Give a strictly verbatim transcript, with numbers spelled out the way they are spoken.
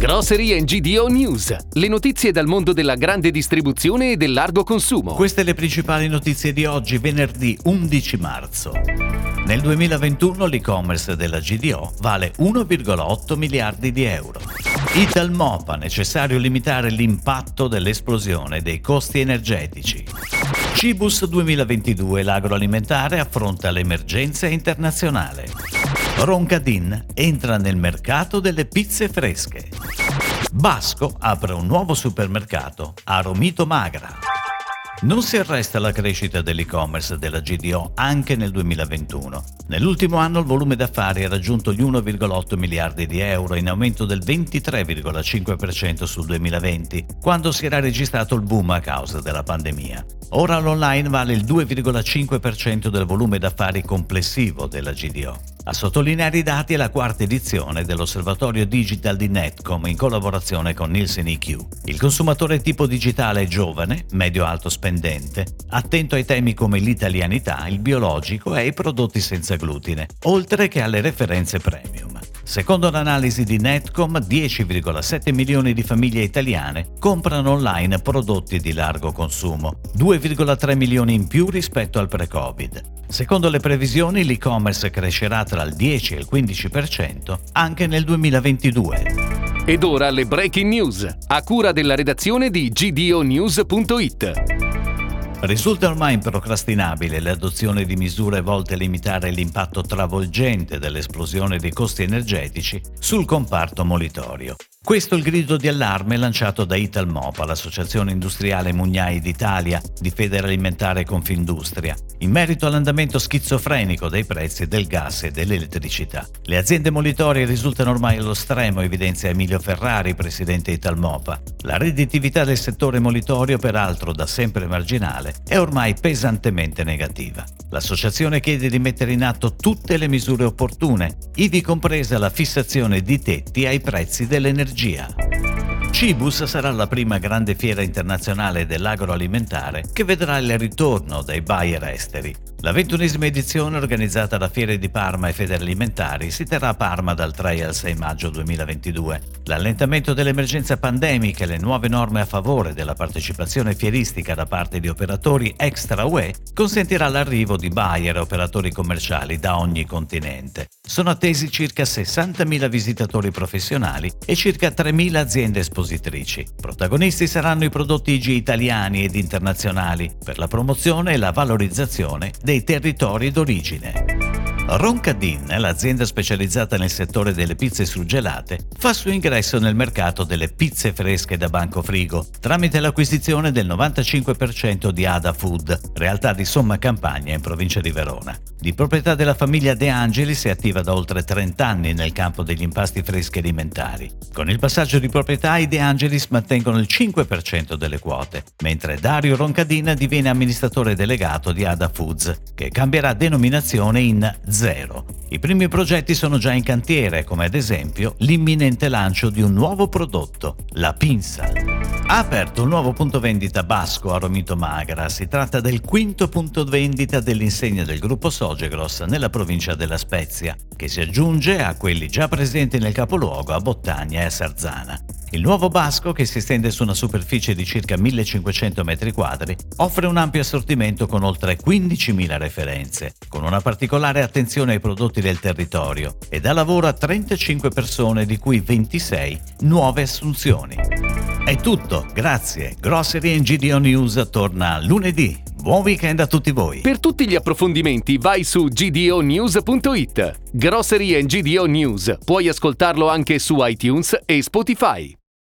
Grocery and G D O News, le notizie dal mondo della grande distribuzione e del largo consumo. Queste le principali notizie di oggi, venerdì undici marzo. Nel duemilaventuno l'e-commerce della G D O vale uno virgola otto miliardi di euro. Italmopa, necessario limitare l'impatto dell'esplosione dei costi energetici. Cibus duemilaventidue, l'agroalimentare affronta l'emergenza internazionale. Roncadin entra nel mercato delle pizze fresche. Basco apre un nuovo supermercato a Romito Magra. Non si arresta la crescita dell'e-commerce della G D O anche nel duemilaventuno. Nell'ultimo anno il volume d'affari ha raggiunto gli uno virgola otto miliardi di euro, in aumento del ventitré virgola cinque per cento sul duemilaventi, quando si era registrato il boom a causa della pandemia. Ora l'online vale il due virgola cinque per cento del volume d'affari complessivo della G D O. A sottolineare i dati è la quarta edizione dell'osservatorio digital di Netcom in collaborazione con Nielsen I Q. Il consumatore tipo digitale è giovane, medio-alto spendente, attento ai temi come l'italianità, il biologico e i prodotti senza glutine, oltre che alle referenze premium. Secondo l'analisi di Netcom, dieci virgola sette milioni di famiglie italiane comprano online prodotti di largo consumo, due virgola tre milioni in più rispetto al pre-Covid. Secondo le previsioni, l'e-commerce crescerà tra il dieci e il quindici per cento anche nel duemilaventidue. Ed ora le breaking news, a cura della redazione di G D O news punto it. Risulta ormai improcrastinabile l'adozione di misure volte a limitare l'impatto travolgente dell'esplosione dei costi energetici sul comparto molitorio. Questo è il grido di allarme lanciato da Italmopa, l'associazione industriale Mugnai d'Italia di Federalimentare Confindustria, in merito all'andamento schizofrenico dei prezzi del gas e dell'elettricità. Le aziende molitorie risultano ormai allo stremo, evidenzia Emilio Ferrari, presidente Italmopa. La redditività del settore molitorio, peraltro da sempre marginale, è ormai pesantemente negativa. L'associazione chiede di mettere in atto tutte le misure opportune, ivi compresa la fissazione di tetti ai prezzi dell'energia. Cibus sarà la prima grande fiera internazionale dell'agroalimentare che vedrà il ritorno dei buyer esteri. La ventunesima edizione, organizzata da Fiere di Parma e Federalimentari, si terrà a Parma dal tre al sei maggio duemilaventidue. L'allentamento dell'emergenza pandemica e le nuove norme a favore della partecipazione fieristica da parte di operatori extra U E consentirà l'arrivo di buyer e operatori commerciali da ogni continente. Sono attesi circa sessantamila visitatori professionali e circa tremila aziende espositrici. Protagonisti saranno i prodotti I G italiani ed internazionali per la promozione e la valorizzazione dei dei territori d'origine. Roncadin, l'azienda specializzata nel settore delle pizze surgelate, fa il suo ingresso nel mercato delle pizze fresche da banco frigo tramite l'acquisizione del novantacinque per cento di Ada Food, realtà di Somma Campagna in provincia di Verona. Di proprietà della famiglia De Angelis, è attiva da oltre trenta anni nel campo degli impasti freschi alimentari. Con il passaggio di proprietà, i De Angelis mantengono il cinque per cento delle quote, mentre Dario Roncadin diviene amministratore delegato di Ada Foods, che cambierà denominazione in Zero. I primi progetti sono già in cantiere, come ad esempio l'imminente lancio di un nuovo prodotto, la pinza. Ha aperto un nuovo punto vendita Basco a Romito Magra. Si tratta del quinto punto vendita dell'insegna del gruppo Sogegros nella provincia della Spezia, che si aggiunge a quelli già presenti nel capoluogo a Bottagna e a Sarzana. Il nuovo Basco, che si estende su una superficie di circa millecinquecento metri quadri, offre un ampio assortimento con oltre quindicimila referenze, con una particolare attenzione ai prodotti del territorio, e dà lavoro a trentacinque persone, di cui ventisei nuove assunzioni. È tutto, grazie. Grocery and G D O News torna lunedì. Buon weekend a tutti voi. Per tutti gli approfondimenti vai su G D O news punto it. Grocery and G D O News. Puoi ascoltarlo anche su iTunes e Spotify.